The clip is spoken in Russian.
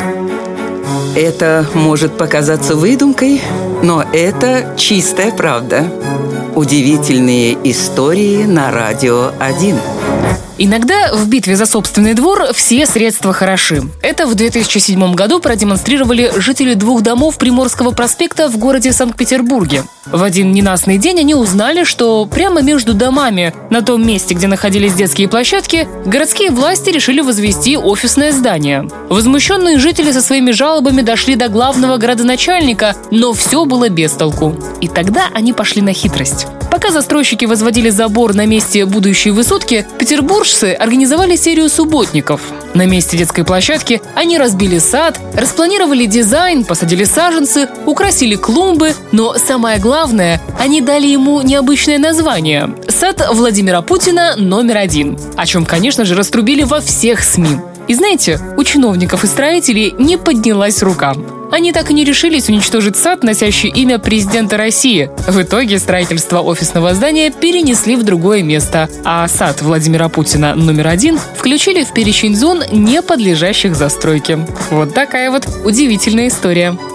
Это может показаться выдумкой, но это чистая правда. Удивительные истории на Радио 1. Иногда в битве за собственный двор все средства хороши. Это в 2007 году продемонстрировали жители 2 домов Приморского проспекта в городе Санкт-Петербурге. В один ненастный день они узнали, что прямо между домами, на том месте, где находились детские площадки, городские власти решили возвести офисное здание. Возмущенные жители со своими жалобами дошли до главного градоначальника, но все было без толку. И тогда они пошли на хитрость. Пока застройщики возводили забор на месте будущей высотки, петербуржцы организовали серию субботников. На месте детской площадки они разбили сад, распланировали дизайн, посадили саженцы, украсили клумбы, но самое главное, они дали ему необычное название – «Сад Владимира Путина номер 1», о чем, конечно же, раструбили во всех СМИ. И знаете, у чиновников и строителей не поднялась рука. Они так и не решились уничтожить сад, носящий имя президента России. В итоге строительство офисного здания перенесли в другое место, а сад Владимира Путина номер 1 включили в перечень зон, не подлежащих застройке. Вот такая вот удивительная история.